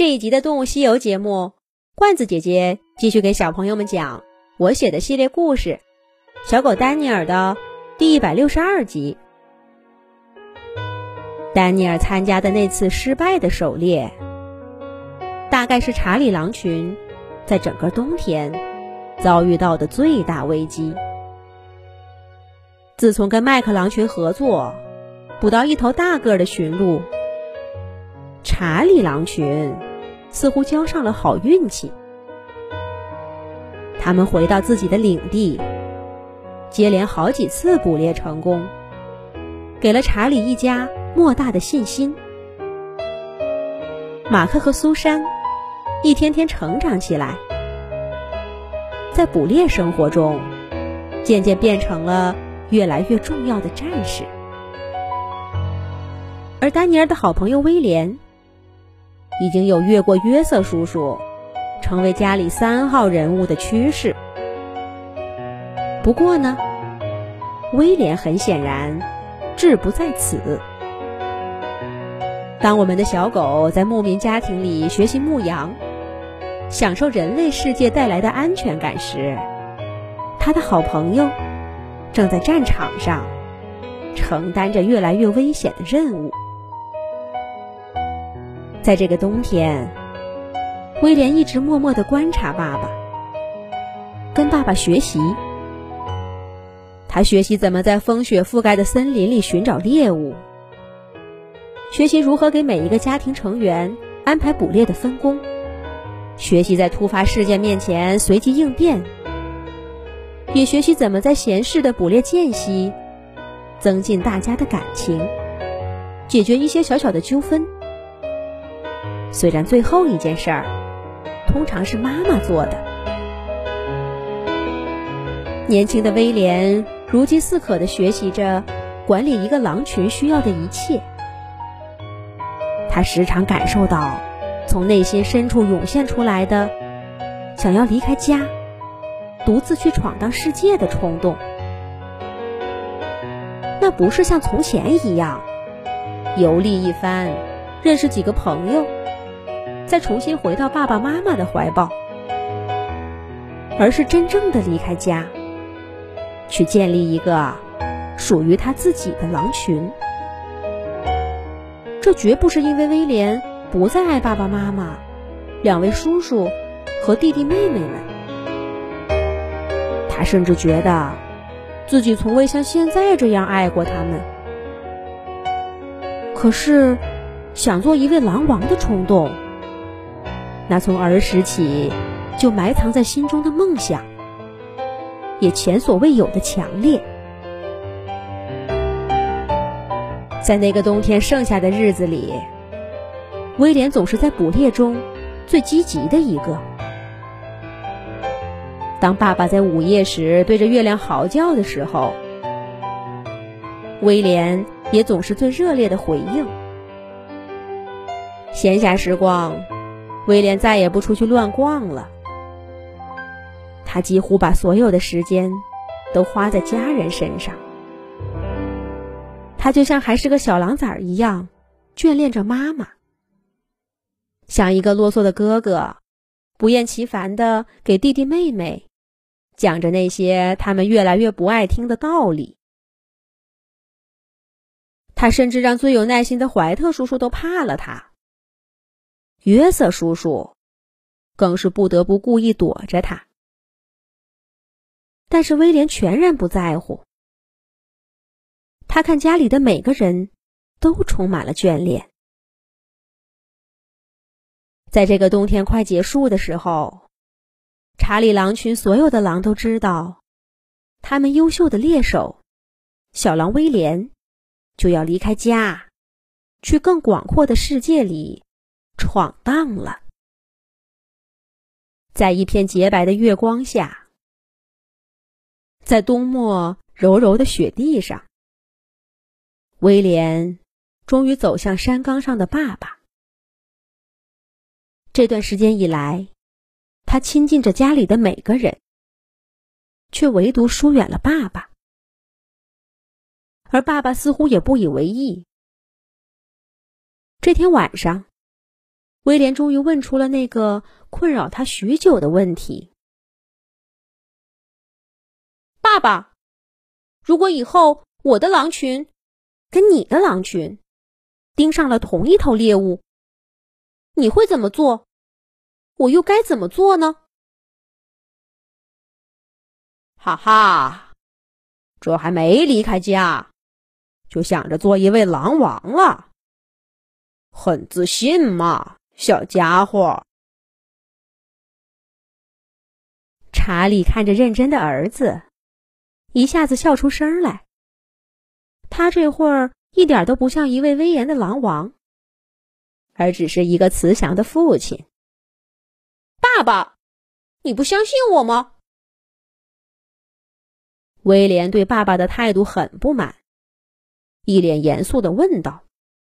这一集的动物西游节目，罐子姐姐继续给小朋友们讲我写的系列故事小狗丹尼尔的第162集。丹尼尔参加的那次失败的狩猎，大概是查理狼群在整个冬天遭遇到的最大危机。自从跟麦克狼群合作捕到一头大个的驯鹿，查理狼群似乎交上了好运气。他们回到自己的领地，接连好几次捕猎成功，给了查理一家莫大的信心。马克和苏珊一天天成长起来，在捕猎生活中渐渐变成了越来越重要的战士。而丹尼尔的好朋友威廉已经有越过约瑟叔叔成为家里3号人物的趋势。不过呢，威廉很显然志不在此。当我们的小狗在牧民家庭里学习牧羊，享受人类世界带来的安全感时，他的好朋友正在战场上承担着越来越危险的任务。在这个冬天，威廉一直默默地观察爸爸，跟爸爸学习。他学习怎么在风雪覆盖的森林里寻找猎物，学习如何给每一个家庭成员安排捕猎的分工，学习在突发事件面前随机应变，也学习怎么在闲适的捕猎间隙增进大家的感情，解决一些小小的纠纷。虽然最后一件事儿通常是妈妈做的。年轻的威廉如饥似渴地学习着管理一个狼群需要的一切。他时常感受到从内心深处涌现出来的想要离开家，独自去闯荡世界的冲动。那不是像从前一样游历一番，认识几个朋友，再重新回到爸爸妈妈的怀抱，而是真正的离开家，去建立一个属于他自己的狼群。这绝不是因为威廉不再爱爸爸妈妈、2位叔叔和弟弟妹妹们，他甚至觉得自己从未像现在这样爱过他们。可是想做一位狼王的冲动，那从儿时起就埋藏在心中的梦想，也前所未有的强烈。在那个冬天剩下的日子里，威廉总是在捕猎中最积极的一个。当爸爸在午夜时对着月亮嚎叫的时候，威廉也总是最热烈的回应。闲暇时光，威廉再也不出去乱逛了，他几乎把所有的时间都花在家人身上。他就像还是个小狼崽一样眷恋着妈妈，像一个啰嗦的哥哥，不厌其烦地给弟弟妹妹讲着那些他们越来越不爱听的道理。他甚至让最有耐心的怀特叔叔都怕了他，约瑟叔叔更是不得不故意躲着他。但是威廉全然不在乎，他看家里的每个人都充满了眷恋。在这个冬天快结束的时候，查理狼群所有的狼都知道，他们优秀的猎手小狼威廉就要离开家，去更广阔的世界里闯荡了。在一片洁白的月光下，在冬末柔柔的雪地上，威廉终于走向山岗上的爸爸。这段时间以来，他亲近着家里的每个人，却唯独疏远了爸爸。而爸爸似乎也不以为意。这天晚上， 威廉终于问出了那个困扰他许久的问题：爸爸，如果以后我的狼群跟你的狼群盯上了同一头猎物，你会怎么做？我又该怎么做呢？哈哈，这还没离开家，就想着做一位狼王了，很自信嘛，小家伙。查理看着认真的儿子，一下子笑出声来。他这会儿一点都不像一位威严的狼王，而只是一个慈祥的父亲。爸爸，你不相信我吗？威廉对爸爸的态度很不满，一脸严肃地问道：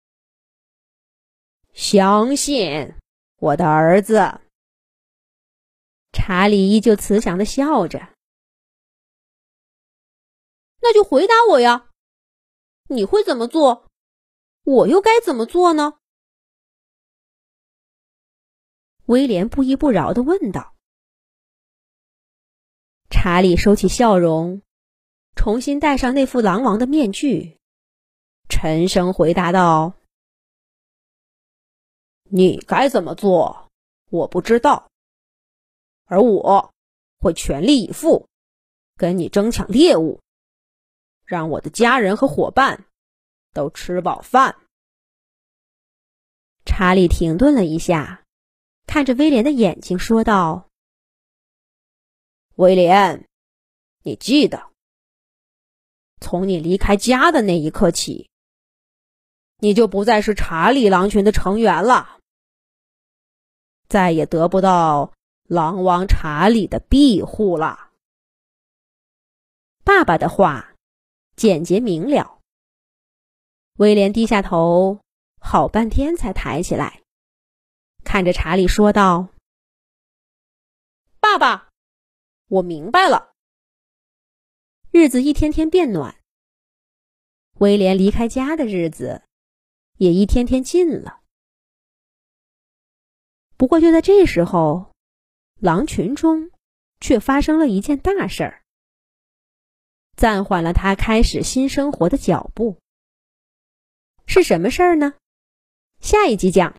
相信，我的儿子。查理依旧慈祥地笑着。那就回答我呀，你会怎么做？我又该怎么做呢？威廉不依不饶地问道。查理收起笑容，重新戴上那副狼王的面具，沉声回答道：你该怎么做，我不知道，而我会全力以赴，跟你争抢猎物，让我的家人和伙伴都吃饱饭。查理停顿了一下，看着威廉的眼睛说道：威廉，你记得，从你离开家的那一刻起，你就不再是查理狼群的成员了，再也得不到狼王查理的庇护了。爸爸的话简洁明了。威廉低下头，好半天才抬起来，看着查理说道：爸爸，我明白了。日子一天天变暖，威廉离开家的日子也一天天近了。不过就在这时候，狼群中却发生了一件大事儿，暂缓了他开始新生活的脚步。是什么事儿呢？下一集讲。